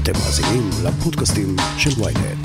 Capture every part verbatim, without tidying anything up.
אתם מאזינים לפודקאסטים של וויינט.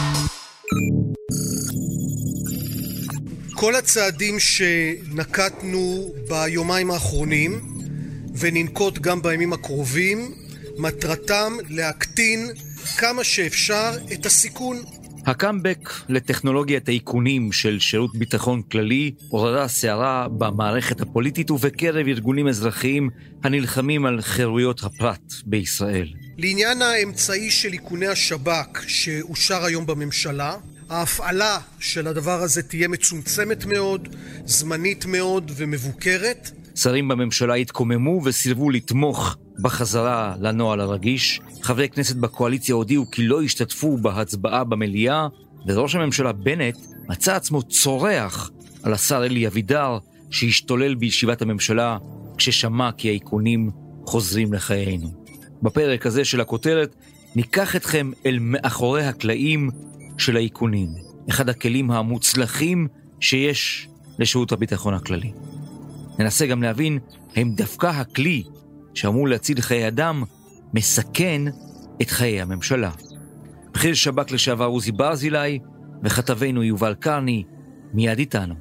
כל הצעדים שנקטנו ביומיים האחרונים וננקוט גם בימים הקרובים, מטרתם להקטין כמה שאפשר את הסיכון. הקאמבק לטכנולוגיית האיכונים של שירות ביטחון כללי עוררה סערה במערכת הפוליטית ובקרב ארגונים אזרחיים הנלחמים על חירויות הפרט בישראל. לעניין האמצעי של איכוני השב"כ שאושר היום בממשלה, ההפעלה של הדבר הזה תהיה מצומצמת מאוד, זמנית מאוד ומבוקרת. שרים בממשלה התקוממו וסירבו לתמוך בחזרה לנוהל הרגיש. חברי כנסת בקואליציה הודיעו כי לא השתתפו בהצבעה במליאה, וראש הממשלה בנט מצא עצמו צורח על השר אלי אבידר שהשתולל בישיבת הממשלה כששמע כי האיכונים חוזרים לחיינו. בפרק הזה של הכותרת ניקח אתכם אל מאחורי הקלעים של האיכונים, אחד הכלים המוצלחים שיש לשירות הביטחון הכללי. ננסה גם להבין האם דווקא הכלי שאמור להציל חיי אדם מסכן את חיי הממשלה. בכיר שב"כ לשעבר עוזי ברזילי וכתבנו יובל קרני מיד איתנו.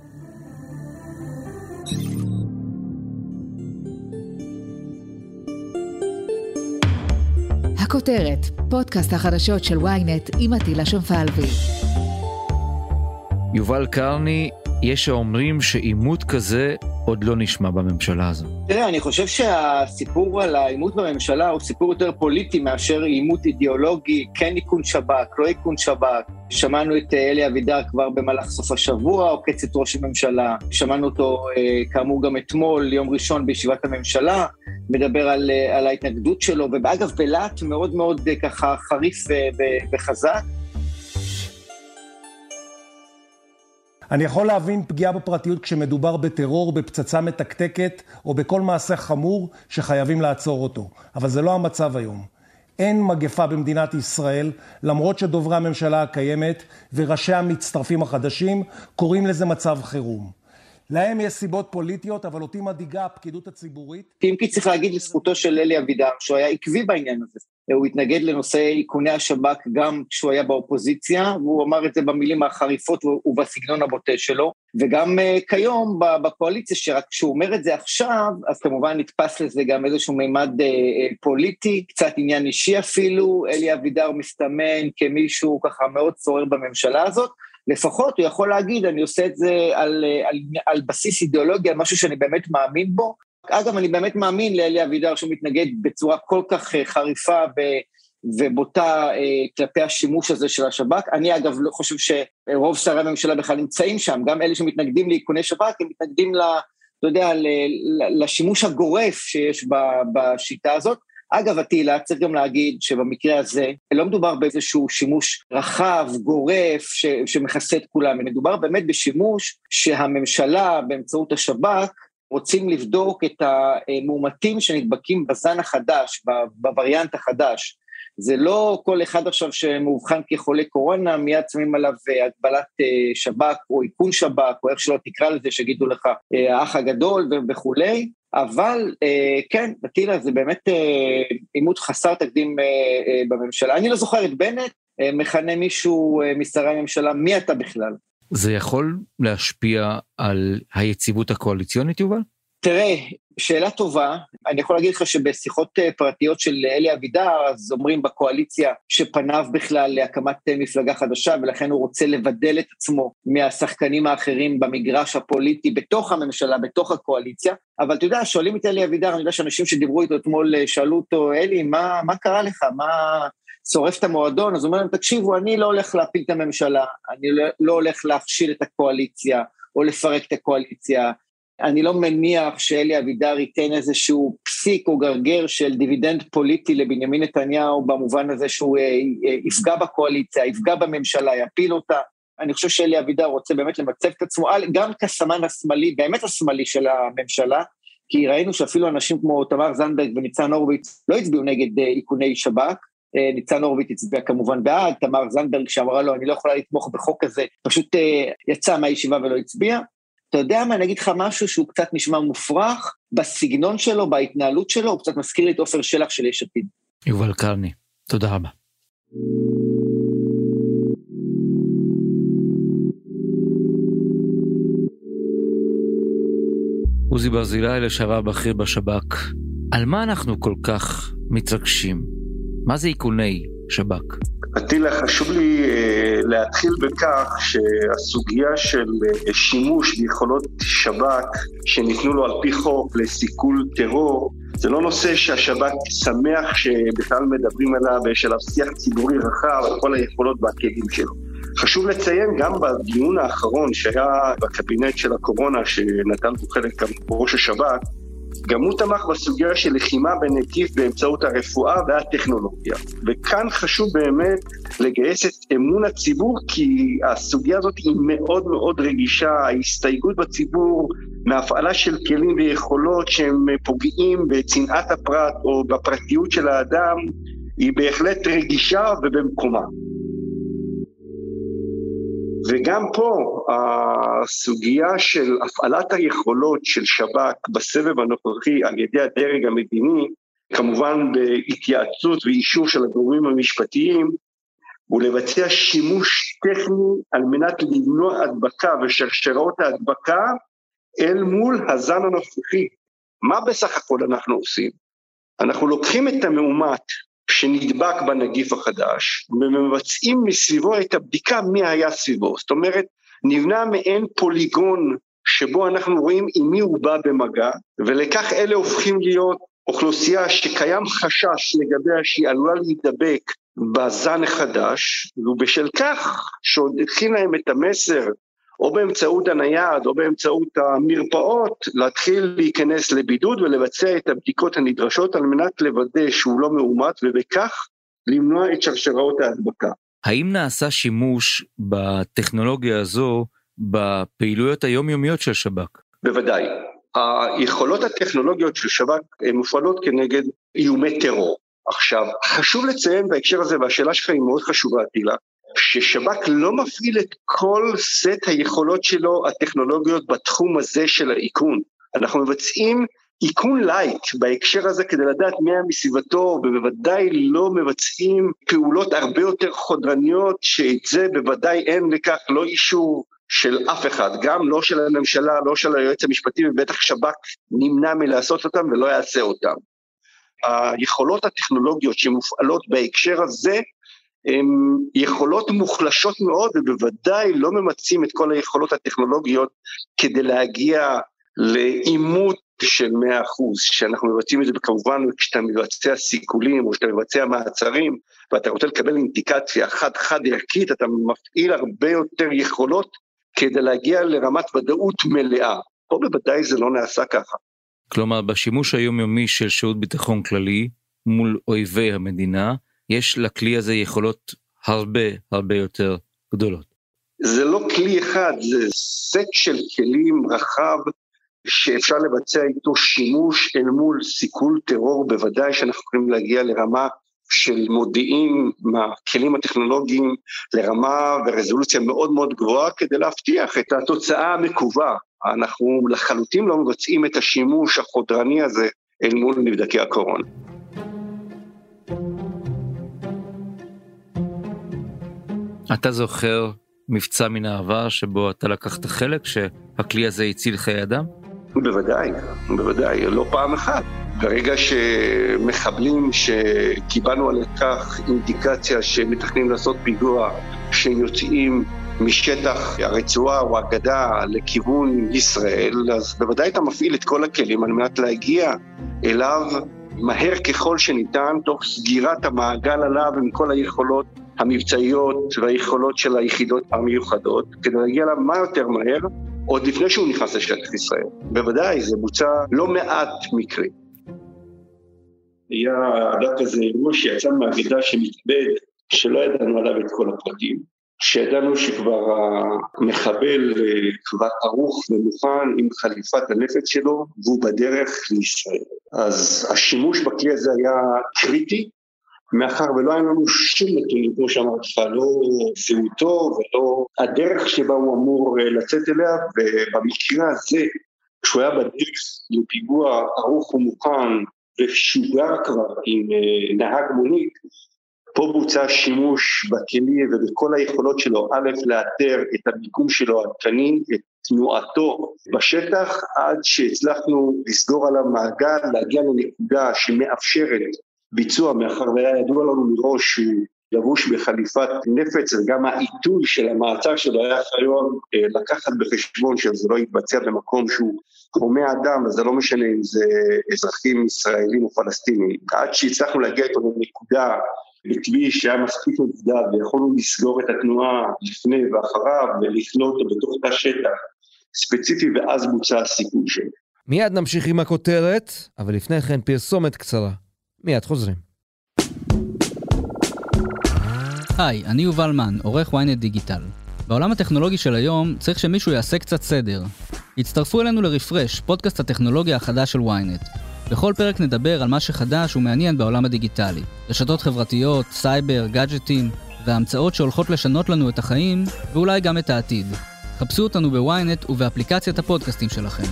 הכותרת, פודקאסט החדשות של וויינט עם עטילה שומפלבי. יובל קרני, יש האומרים שאימות כזה עוד לא נשמע בממשלה הזו. תראה, אני חושב שהסיפור על האימות בממשלה הוא סיפור יותר פוליטי מאשר אימות אידיאולוגי, כן איכון שב"כ, לא איכון שב"כ. שמענו את אלי אבידר כבר במהלך סוף השבוע, עוקץ את ראש הממשלה. שמענו אותו כאמור גם אתמול, יום ראשון בישיבת הממשלה, מדבר על, על ההתנגדות שלו, ואגב בלהט מאוד מאוד ככה חריף וחזק. אני יכול להבין פגיעה בפרטיות כשמדובר בטרור, בפצצה מתקתקת או בכל מעשה חמור שחייבים לעצור אותו. אבל זה לא המצב היום. אין מגפה במדינת ישראל, למרות שדוברי הממשלה הקיימת וראשי המצטרפים החדשים קוראים לזה מצב חירום. להם יש סיבות פוליטיות, אבל אותי מדאיגה הפקידות הציבורית. אם כי צריך להגיד לזכותו של אלי אבידר, שהוא היה עקבי בעניין הזה. הוא התנגד לנושא איכוני השב"כ גם כשהוא היה באופוזיציה, והוא אמר את זה במילים החריפות ובסגנון הבוטה שלו, וגם uh, כיום בקואליציה, שרק כשהוא אומר את זה עכשיו, אז כמובן נתפס לזה גם איזשהו מימד uh, uh, פוליטי, קצת עניין אישי אפילו. אלי אבידר מסתמן כמישהו ככה מאוד צורר בממשלה הזאת, לפחות הוא יכול להגיד, אני עושה את זה על, על, על בסיס אידיאולוגיה, משהו שאני באמת מאמין בו. אגב, אני באמת מאמין לאלי אבידר שהוא מתנגד בצורה כל כך חריפה ובוטה כלפי השימוש הזה של השב"כ. אני אגב לא חושב שרוב שרי הממשלה בכלל נמצאים שם, גם אלה שמתנגדים לאיכוני שב"כ, הם מתנגדים, אתה יודע, לשימוש הגורף שיש בשיטה הזאת. אגב, עטילה, צריך גם להגיד שבמקרה הזה לא מדובר באיזשהו שימוש רחב, גורף, ש, שמכסה את כולם, מדובר באמת בשימוש שהממשלה באמצעות השב"כ רוצים לבדוק את המאומתים שנדבקים בזן החדש, בווריאנט החדש. זה לא כל אחד עכשיו שמאובחן כחולה קורונה, מיד שמים עליו הגבלת שב"כ או איכון שב"כ, או איך שלא תקרא לזה, שגידו לך האח הגדול וכולי. אבל כן, עטילה, זה באמת אימות חסר תקדים בממשלה. אני לא זוכר את בנט, מכנה מישהו משרי הממשלה, מי אתה בכלל? זה יכול להשפיע על היציבות הקואליציונית, יובל? תראה, שאלה טובה. אני יכול להגיד לך שבשיחות פרטיות של אלי אבידר, אז אומרים בקואליציה שפניו בכלל להקמת מפלגה חדשה, ולכן הוא רוצה לבדל את עצמו מהשחקנים האחרים במגרש הפוליטי, בתוך הממשלה, בתוך הקואליציה. אבל אתה יודע, שואלים את אלי אבידר, אני יודע שאנשים שדיברו איתו אתמול, שאלו אותו, אלי, מה, מה קרה לך? מה שורף את המועדון? אז הוא אומר להם, תקשיבו, אני לא הולך להפיל את הממשלה, אני לא, לא הולך להכשיל את הקואליציה, או לפרק את הקואליציה. אני לא מניח שאלי אבידר ייתן איזשהו פסיק או גרגר של דיבידנד פוליטי לבנימין נתניהו, במובן הזה שהוא יפגע בקואליציה, יפגע בממשלה, יפיל אותה. אני חושב שאלי אבידר רוצה באמת למצב את עצמו, גם כסמן השמאלי, באמת השמאלי של הממשלה, כי ראינו שאפילו אנשים כמו תמר זנדברג וניצן הורוביץ לא הצביעו נגד איכוני שב"כ. ניצן הורוביץ הצביע כמובן בעד, תמר זנדברג שאמרה לו, אני לא יכולה לתמוך בחוק הזה, פשוט יצא מהישיבה ולא הצביע. אתה יודע מה, אני אגיד לך משהו שהוא קצת נשמע מופרך, בסגנון שלו, בהתנהלות שלו, הוא קצת מזכיר לי את עופר שלח של יש עתיד. יובל קרני, תודה רבה. עוזי ברזילי, לשעבר בכיר בשב"כ, על מה אנחנו כל כך מתרגשים? מה זה איכוני שב"כ? עטילה, חשוב לי uh, להתחיל בכך שהסוגיה של uh, שימוש ביכולות שב"כ שניתנו לו על פי חוק לסיכול טרור, זה לא נושא שהשב"כ שמח שבכלל מדברים עליו ויש עליו שיח ציבורי רחב על כל היכולות והכלים שלו. חשוב לציין גם בדיון האחרון שהיה בקבינט של הקורונה שנתן בו חלק גם ראש השב"כ, גם הוא תמך בסוגיה של לחימה בנגיף באמצעות הרפואה והטכנולוגיה. וכאן חשוב באמת לגייס את אמון הציבור, כי הסוגיה הזאת היא מאוד מאוד רגישה, ההסתייגות בציבור מהפעלה של כלים ויכולות שהם פוגעים בצנעת הפרט או בפרטיות של האדם, היא בהחלט רגישה ובמקומה. וגם פה הסוגיה של הפעלת היכולות של שב"כ בסבב הנוכחי על ידי הדרג המדיני, כמובן בהתייעצות ואישור של הגורמים המשפטיים, ולבצע שימוש טכני על מנת למנוע הדבקה ושרשראות ההדבקה אל מול הזן הנוכחי. מה בסך הכל אנחנו עושים? אנחנו לוקחים את המאומת שנדבק בנגיף החדש, ומבצעים מסביבו את הבדיקה מי היה סביבו. זאת אומרת, נבנה מעין פוליגון שבו אנחנו רואים עם מי הוא בא במגע, ולכך אלה הופכים להיות אוכלוסייה שקיים חשש לגביה שהיא עלולה להידבק בזן החדש, ובשל כך שהולכים להם את המסר, או באמצעות הנייד, או באמצעות המרפאות, להתחיל להיכנס לבידוד ולבצע את הבדיקות הנדרשות על מנת לוודא שהוא לא מאומת, ובכך למנוע את שרשראות ההדבקה. האם נעשה שימוש בטכנולוגיה הזו בפעילויות היומיומיות של שב"כ? בוודאי. היכולות הטכנולוגיות של שב"כ הן מופעלות כנגד איומי טרור. עכשיו, חשוב לציין בהקשר הזה, והשאלה שלך היא מאוד חשובה, עטילה, ששב"כ לא מפעיל את כל סט היכולות שלו הטכנולוגיות בתחום הזה של האיכון. אנחנו מבצעים איכון לייט בהקשר הזה כדי לדעת מי מסביבתו, ובוודאי לא מבצעים פעולות הרבה יותר חודרניות, שאת זה בוודאי אין לכך לא אישור של אף אחד, גם לא של הממשלה, לא של היועץ המשפטי, ובטח שב"כ נמנע מלעשות אותם ולא יעשה אותם. היכולות הטכנולוגיות שמופעלות בהקשר הזה, הן יכולות מוחלשות מאוד, ובוודאי לא ממצים את כל היכולות הטכנולוגיות כדי להגיע לאימות של מאה אחוז, שאנחנו מבצעים את זה כמובן כשאתה מבצע סיכולים או שאתה מבצע מעצרים, ואתה רוצה לקבל אינדיקציה חד-חד ערכית, אתה מפעיל הרבה יותר יכולות כדי להגיע לרמת ודאות מלאה. פה בוודאי זה לא נעשה ככה. כלומר, בשימוש היומיומי של שירות ביטחון כללי מול אויבי המדינה, יש לכלי הזה יכולות הרבה הרבה יותר גדולות. זה לא כלי אחד, זה סט של כלים רחב שאפשר לבצע איתו שימוש אל מול סיכול טרור, בוודאי שאנחנו יכולים להגיע לרמה של מודיעין מהכלים הטכנולוגיים, לרמה ורזולוציה מאוד מאוד גבוהה כדי להבטיח את התוצאה המקווה. אנחנו לחלוטין לא מבצעים את השימוש החודרני הזה אל מול נבדקי הקורונה. אתה זוכר מבצע מן העבר שבו אתה לקחת חלק, שהכלי הזה הציל חיי אדם? בוודאי, בוודאי, לא פעם אחת. ברגע שמחבלים שקיבלנו על כך אינדיקציה שמתכננים לעשות פיגוע, שיוצאים משטח הרצועה או הגדה לכיוון ישראל, אז בוודאי אתה מפעיל את כל הכלים על מנת להגיע אליו מהר ככל שניתן, תוך סגירת המעגל עליו עם כל היכולות המבצעיות והיכולות של היחידות המיוחדות, כדי להגיע לה מה יותר מהר, עוד לפני שהוא נכנס לשטח ישראל. בוודאי, זה בוצע לא מעט מקרים. היה עדה כזה אירוע שיצא מהגדה שמתאבד, שלא ידענו עליו את כל הפרטים, שידענו שכבר המחבל כבר ערוך ומוכן עם חליפת הנפץ שלו, והוא בדרך לישראל. אז השימוש בכלי הזה היה קריטי, מאחר ולא היה לנו שום נתונים, כמו שאמרת לך, לא זהותו ולא הדרך שבה הוא אמור לצאת אליה, ובמקרה הזה, כשהוא היה בדרך לפיגוע ערוך ומוכן, ושוגר כבר עם נהג מונית, פה בוצע שימוש בכלי ובכל היכולות שלו, א', לאתר את המיקום שלו העדכני, את תנועתו בשטח, עד שהצלחנו לסגור עליו מעגל, להגיע לנקודה שמאפשרת ביצוע, מאחר והיה ידוע לנו מראש שהוא לבוש בחליפת נפץ, וגם העיתוי של המעצר שלו היה חייב לקחת בחשבון שזה לא יתבצע במקום שהוא חומי אדם, אז זה לא משנה אם זה אזרחים ישראלים או פלסטינים. עד שהצלחנו להגיע איתו לנקודה בכביש שהיה מספיק מבודד, ויכולנו לסגור את התנועה לפני ואחריו, ולכלוא אותו בתוך תא שטח ספציפי, ואז בוצע הסיכוי שלו. מיד נמשיך עם הכותרת, אבל לפני כן פרסומת קצרה. מיד חוזרים. היי, אני יובל מן, עורך וויינט דיגיטל. בעולם הטכנולוגי של היום צריך שמישהו יעשה קצת סדר. הצטרפו אלינו לרפרש, פודקאסט הטכנולוגיה החדש של וויינט. בכל פרק נדבר על מה שחדש ומעניין בעולם הדיגיטלי. רשתות חברתיות, סייבר, גאדג'טים, וההמצאות שהולכות לשנות לנו את החיים, ואולי גם את העתיד. חפשו אותנו בוויינט ובאפליקציית הפודקאסטים שלכם.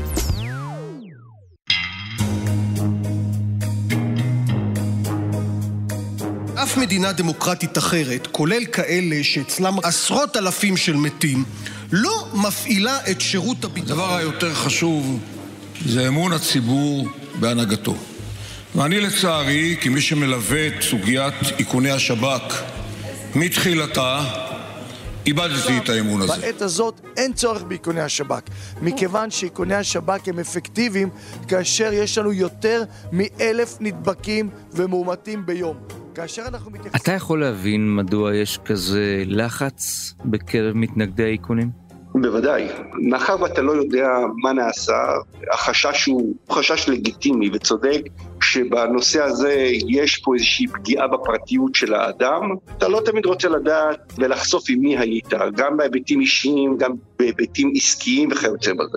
אף מדינה דמוקרטית אחרת, כולל כאלה שאצלם עשרות אלפים של מתים, לא מפעילה את שירות הביטחון. הדבר היותר חשוב זה אמון הציבור בהנהגתו. ואני לצערי, כמי שמלווה את סוגיית איכוני השב"כ מתחילתה, איבדתי את האמון הזה. בעת הזאת אין צורך באיכוני השב"כ, מכיוון שאיכוני השב"כ הם אפקטיביים כאשר יש לנו יותר מאלף נדבקים ומאומתים ביום. כאשר אנחנו מתייחסים... אתה יכול להבין מדוע יש כזה לחץ בקרב מתנגדי האיכונים? בוודאי. מאחר ואתה לא יודע מה נעשה, החשש הוא חשש לגיטימי וצודק, שבנושא הזה יש פה איזושהי פגיעה בפרטיות של האדם, אתה לא תמיד רוצה לדעת ולחשוף עם מי היית, גם בהיבטים אישיים, גם בהיבטים עסקיים וכיוצא בזה.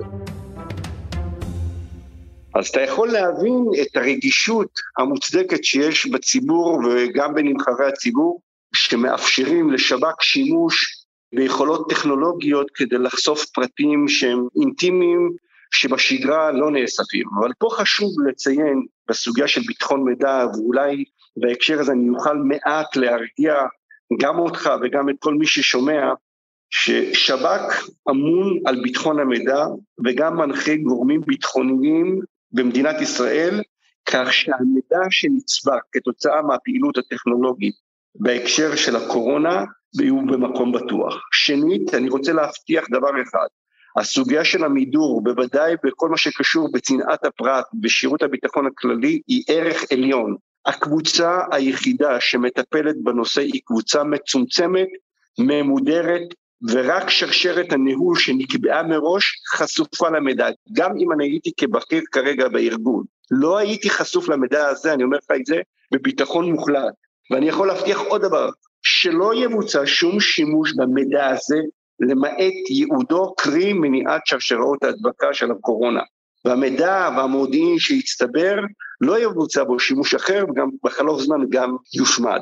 אז אתה יכול להבין את הרגישות המוצדקת שיש בציבור וגם בנבחרי הציבור, שמאפשרים לשב"כ שימוש ביכולות טכנולוגיות כדי לחשוף פרטים שהם אינטימיים שבשגרה לא נאספים. אבל פה חשוב לציין בסוגיה של ביטחון מידע, ואולי בהקשר הזה אני אוכל מעט להרגיע גם אותך וגם את כל מי ששומע, ששב"כ אמון על ביטחון המידע וגם מנחה גורמים ביטחוניים במדינת ישראל, כך שהמידע שנצבע כתוצאה מהפעילות הטכנולוגית בהקשר של הקורונה, והוא במקום בטוח. שנית, אני רוצה להבטיח דבר אחד, הסוגיה של המידור, בוודאי בכל מה שקשור בצנעת הפרט, בשירות הביטחון הכללי, היא ערך עליון. הקבוצה היחידה שמטפלת בנושא היא קבוצה מצומצמת, ממודרת, ורק שרשרת הניהול שנקבעה מראש חשופה למידע. גם אם אני הייתי כבכיר כרגע בארגון, לא הייתי חשוף למידע הזה, אני אומר לך את זה, בביטחון מוחלט. ואני יכול להבטיח עוד דבר, שלא יבוצע שום שימוש במידע הזה, למעט ייעודו, קרי מניעת שרשראות ההדבקה של הקורונה. והמידע והמודיעין שהצטבר, לא יבוצע בו שימוש אחר, וגם בחלוף זמן גם יושמד.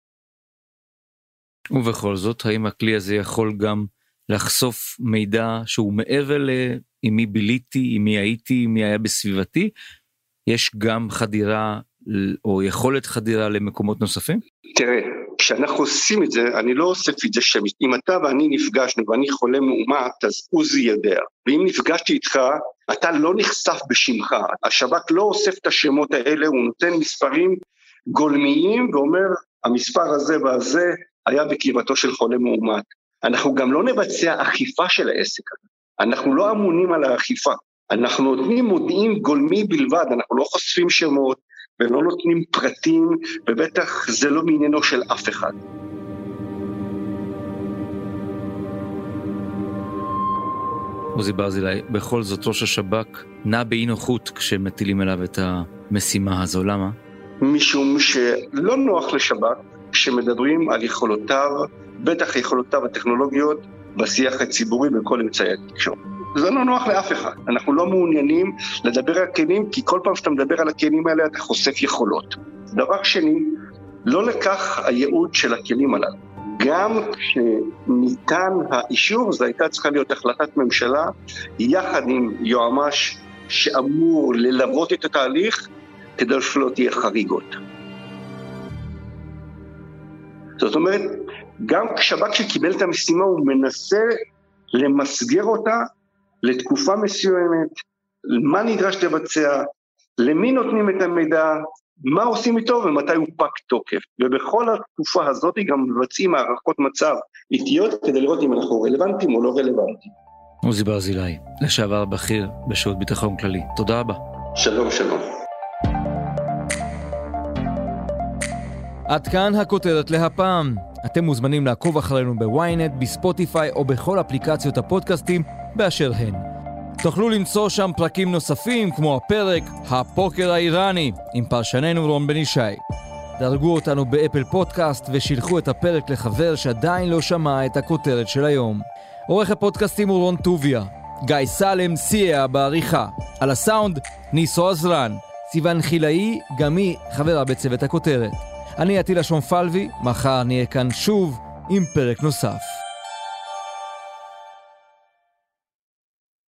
ובכל זאת, האם הכלי הזה יכול גם לחשוף מידע שהוא מעבר עם מי ביליתי, עם מי הייתי, עם מי היה בסביבתי? יש גם חדירה או יכולת חדירה למקומות נוספים? תראה, כשאנחנו עושים את זה, אני לא אוסף את זה שאם אתה ואני נפגשנו ואני חולה מאומת, אז עוזי יודע. ואם נפגשתי איתך, אתה לא נחשף בשמך. השב"כ לא אוסף את השמות האלה, הוא נותן מספרים גולמיים ואומר, המספר הזה והזה היה בקרבתו של חולה מאומת. אנחנו גם לא נבצע אכיפה של העסק הזה. אנחנו לא אמונים על האכיפה. אנחנו נותנים מודיעין גולמי בלבד, אנחנו לא חושפים שמות, ולא נותנים פרטים, ובטח זה לא מעניינו של אף אחד. עוזי ברזילי, בכל זאת ראש השב"כ נע באי נוחות כשמטילים אליו את המשימה הזו, למה? משום שלא נוח לשב"כ כשמדברים על יכולותיו, בטח יכולותיו הטכנולוגיות, בשיח הציבורי בכל אמצעי התקשורת. זה לא נוח לאף אחד, אנחנו לא מעוניינים לדבר על הכלים, כי כל פעם שאתה מדבר על הכלים האלה אתה חושף יכולות. דבר שני, לא לכך הייעוד של הכלים הללו. גם כשניתן האישור, זו הייתה צריכה להיות החלטת ממשלה, יחד עם יועמ"ש שאמור ללוות את התהליך, כדי שלא תהיה חריגות. זאת אומרת, גם שב"כ שקיבל את המשימה הוא מנסה למסגר אותה לתקופה מסוימת, מה נדרש לבצע, למי נותנים את המידע, מה עושים איתו ומתי הוא פג תוקף. ובכל התקופה הזאת גם מבצעים הערכות מצב איטיות כדי לראות אם אנחנו רלוונטיים או לא רלוונטיים. עוזי ברזילי, לשעבר בכיר בשירות ביטחון כללי. תודה רבה. שלום, שלום. עד כאן הכותרת להפעם. אתם מוזמנים לעקוב אחרינו בוויינט, בספוטיפיי או בכל אפליקציות הפודקאסטים באשר הן. תוכלו למצוא שם פרקים נוספים כמו הפרק הפוקר האיראני עם פרשננו רון בן ישי. דרגו אותנו באפל פודקאסט ושילחו את הפרק לחבר שעדיין לא שמע את הכותרת של היום. עורך הפודקאסטים הוא רון טוביה, גיא סלם סייע בעריכה. על הסאונד ניסו עזרן, סיוון חילאי, גם היא חברה בצוות הכותרת. אני עטילה שומפלבי, מחר נהיה כאן שוב עם פרק נוסף.